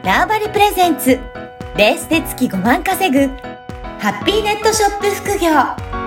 ターバリプレゼンツベースで月5万稼ぐハッピーネットショップ副業。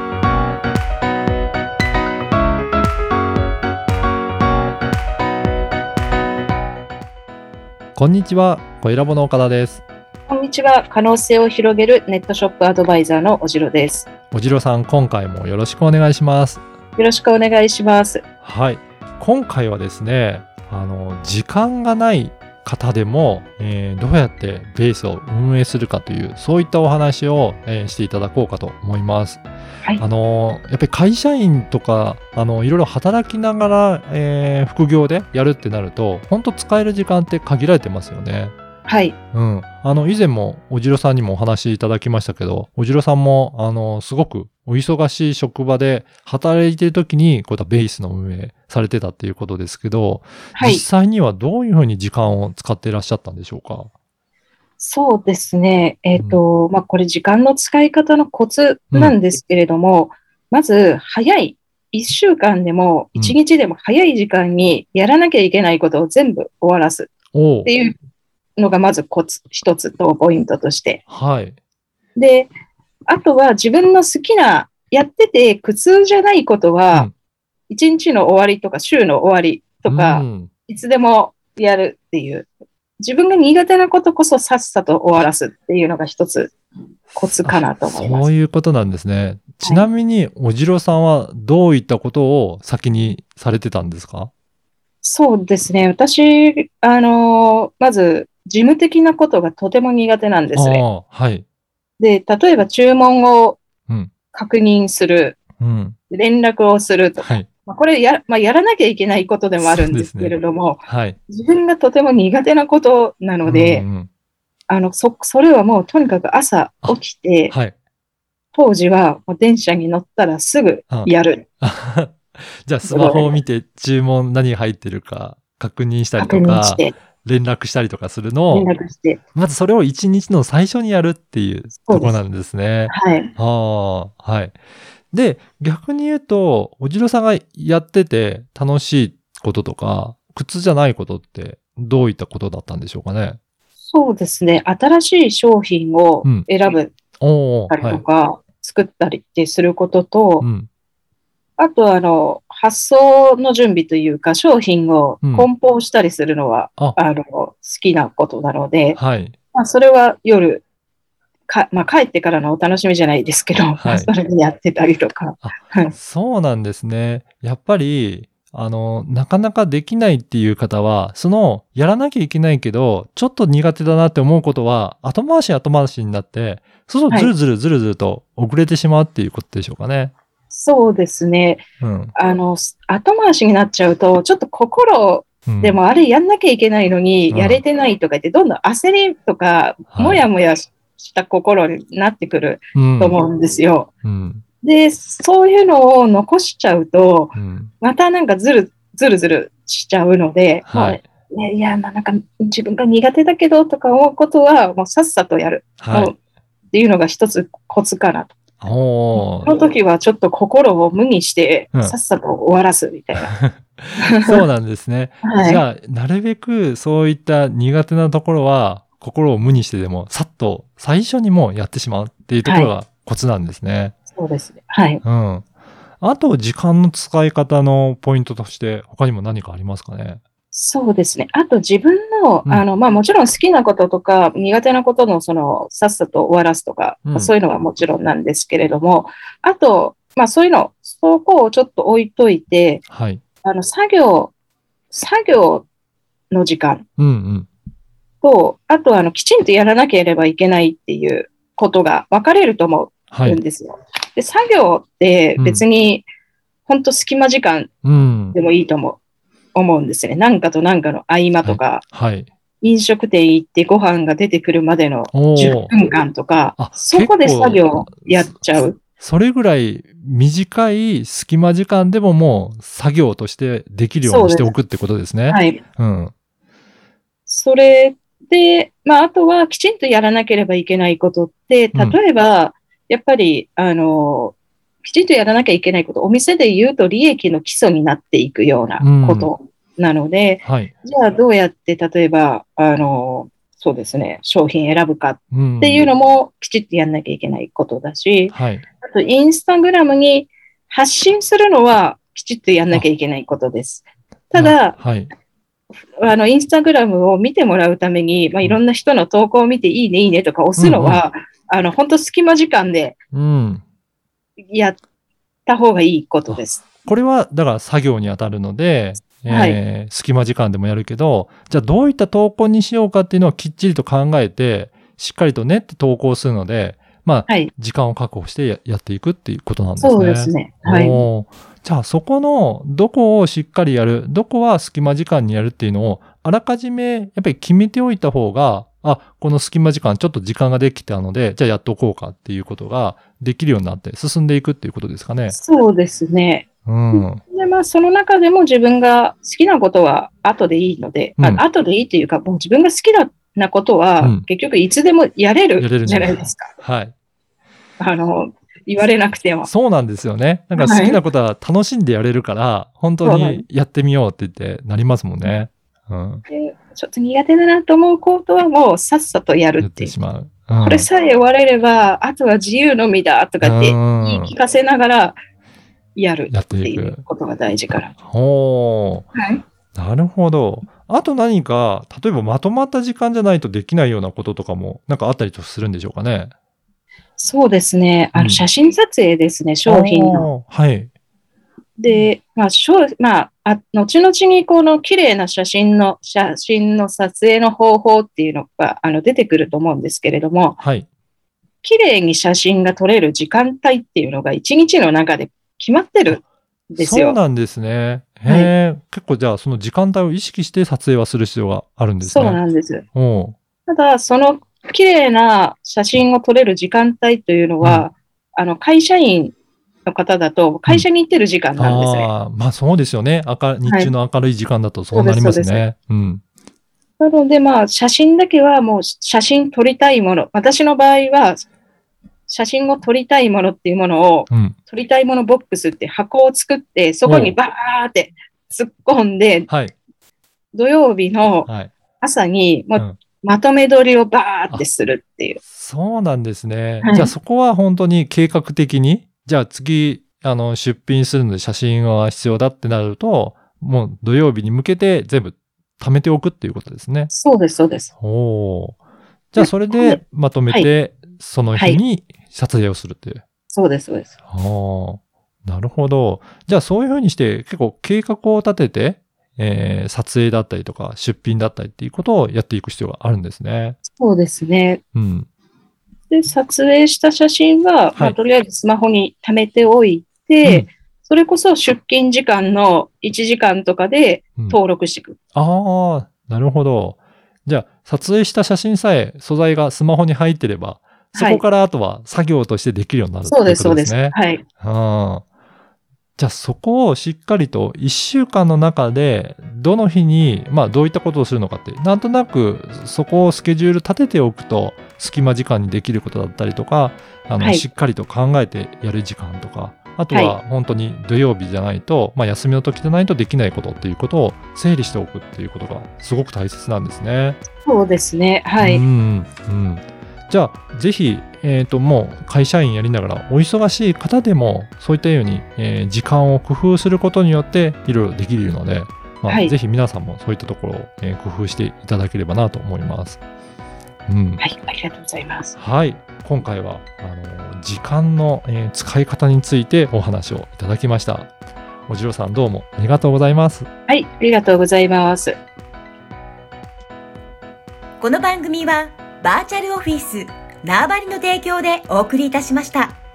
こんにちは、小ラボの岡田です。 こんにちは、可能性を広げるネットショップアドバイザーのおじろです。 おじろさん、今回もよろしくお願いします。 よろしくお願いします。 はい、今回はですね、時間がない方でも、どうやってベースを運営するかというそういったお話を、していただこうかと思います。 はい、 やっぱり会社員とかいろいろ働きながら、副業でやるってなると本当使える時間って限られてますよね。 はい。 以前もおじろさんにもお話しいただきましたけど、おじろさんもすごくお忙しい職場で働いている時にこういったベースの運営されてたっていうことですけど、はい、実際にはどういうふうに時間を使っていらっしゃったんでしょうか？ そうですね。これ時間の使い方のコツなんですけれども、まず早い1週間でも1日でも早い時間にやらなきゃいけないことを全部終わらすっていうのがまずコツ一つとポイントとして。 はい。 で、あとは自分の好きな、やってて苦痛じゃないことは、1日の終わりとか週の終わりとか、いつでもやるっていう、自分が苦手なことこそさっさと終わらすっていうのが一つコツかなと思います。 そういうことなんですね。ちなみに、おじろさんはどういったことを先にされてたんですか？ そうですね。私、まず、事務的なことがとても苦手なんですね。 はい。 で、例えば注文を確認する、連絡をするとか、これやらなきゃいけないことでもあるんですけれども、自分がとても苦手なことなので、それはもうとにかく朝起きて、当時はもう電車に乗ったらすぐやる。 じゃあスマホを見て注文何入ってるか確認したりとか、連絡したりとかするのを、まずそれを一日の最初にやるっていうところなんですね。はい。で、逆に言うと、おじろさんがやってて楽しいこととか、苦痛じゃないことってどういったことだったんでしょうかね？ そうですね。新しい商品を選ぶたりとか、作ったりってすることと、あと発送の準備というか、商品を梱包したりするのは、好きなことなので、それは夜、帰ってからのお楽しみじゃないですけど、それにやってたりとか。 そうなんですね。やっぱり、なかなかできないっていう方は、やらなきゃいけないけど、ちょっと苦手だなって思うことは、後回しになって、そうするとずるずると遅れてしまうっていうことでしょうかね。 そうですね。後回しになっちゃうと、ちょっと心でもあれやんなきゃいけないのに、やれてないとか言って、どんどん焦りとか、もやもやした心になってくると思うんですよ。で、そういうのを残しちゃうと、またなんかずるずるしちゃうので、なんか自分が苦手だけどとか思うことは、もうさっさとやる、っていうのが一つコツかなと。その時はちょっと心を無にして、さっさと終わらすみたいな。 そうなんですね。じゃあ、なるべくそういった苦手なところは、心を無にしてでも、さっと最初にもうやってしまうっていうところがコツなんですね。 そうですね。はい。 あと、時間の使い方のポイントとして、他にも何かありますかね？ そうですね。あと自分の、もちろん好きなこととか、苦手なことのさっさと終わらすとか、そういうのはもちろんなんですけれども、あと、そこをちょっと置いといて、作業の時間と、あときちんとやらなければいけないっていうことが分かれると思うんですよ。で、作業って別に、本当隙間時間でもいいと思うんですね。なんかとなんかの合間とか、飲食店行ってご飯が出てくるまでの10分間とか、そこで作業やっちゃう。 それぐらい短い隙間時間でももう作業としてできるようにしておくってことですね。 それで、あとはきちんとやらなければいけないことって、例えば、やっぱり、きちんとやらなきゃいけないこと、お店で言うと利益の基礎になっていくようなことなので、じゃあどうやって例えば、 そうですね、商品選ぶかっていうのもきちっとやんなきゃいけないことだし、 はい、 あとインスタグラムに発信するのはきちっとやんなきゃいけないことです。ただ、 はい、 インスタグラムを見てもらうために、いろんな人の投稿を見ていいね、いいねとか押すのは、本当隙間時間でやった方がいいことです。 これは、だから作業に当たるので、隙間時間でもやるけど、じゃあどういった投稿にしようかっていうのをきっちりと考えて、しっかりとねって投稿するので、時間を確保してやっていくっていうことなんですね。 そうですね。はい。 じゃあそこのどこをしっかりやる、どこは隙間時間にやるっていうのをあらかじめやっぱり決めておいた方が、この隙間時間ちょっと時間ができたので、じゃあやっとこうかっていうことができるようになって進んでいくっていうことですかね。 そうですね。で、その中でも自分が好きなことは後でいいので、後でいいというか、もう自分が好きなことは、結局いつでもやれるじゃないですか。 はい。 言われなくても。 そうなんですよね。なんか好きなことは楽しんでやれるから、本当にやってみようって言ってなりますもんね。 でちょっと苦手だなと思うことはもうさっさとやるっていう。 やってしまう。 これさえ終われれば、あとは自由のみだとかって言い聞かせながらやるっていうことが大事から。 なるほど。あと何か、例えばまとまった時間じゃないとできないようなこととかも、なんかあったりとするんでしょうかね。 そうですね。写真撮影ですね、商品の。 はい。 で、後々にこの綺麗な写真の撮影の方法っていうのが出てくると思うんですけれども、 はい。 綺麗に写真が撮れる時間帯っていうのが一日の中で決まってるんですよ。 そうなんですね。結構じゃあその時間帯を意識して撮影はする必要があるんですね。 そうなんです。ただ、その綺麗な写真を撮れる時間帯というのは、会社員の方だと会社に行ってる時間なんですね。 そうですよね。日中の明るい時間だとそうなりますね。 なので、写真だけはもう写真撮りたいもの。私の場合は、写真を撮りたいものっていうものを、撮りたいものボックスって箱を作って、そこにバーって突っ込んで、土曜日の朝にまとめ撮りをバーってするっていう。 そうなんですね。じゃあそこは本当に計画的に、じゃあ次、出品するので写真は必要だってなると、もう土曜日に向けて全部貯めておくっていうことですね。 そうです、そうです。 じゃあそれでまとめて、その日に撮影をするっていう。 そうです、そうです。 なるほど。じゃあそういうふうにして結構計画を立てて、撮影だったりとか出品だったりっていうことをやっていく必要があるんですね。 そうですね。で、撮影した写真は、とりあえずスマホに貯めておいて、それこそ出勤時間の1時間とかで登録していく。 なるほど。じゃあ、撮影した写真さえ素材がスマホに入ってれば、そこからあとは作業としてできるようになるっていうことですね。 そうです、そうです。はい。 じゃあそこをしっかりと1週間の中でどの日にどういったことをするのかってなんとなくそこをスケジュール立てておくと隙間時間にできることだったりとかしっかりと考えてやる時間とかあとは本当に土曜日じゃないと、休みの時じゃないとできないことっていうことを整理しておくっていうことがすごく大切なんですね。 そうですね。はい。 じゃあぜひもう会社員やりながらお忙しい方でもそういったように、時間を工夫することによっていろいろできるので、ぜひ皆さんもそういったところを、工夫していただければなと思います。 はい、ありがとうございます。 はい、今回は時間の、使い方についてお話をいただきました。おじろさんどうもありがとうございます。 はい、ありがとうございます。 この番組はバーチャルオフィス縄張りの提供でお送りいたしました。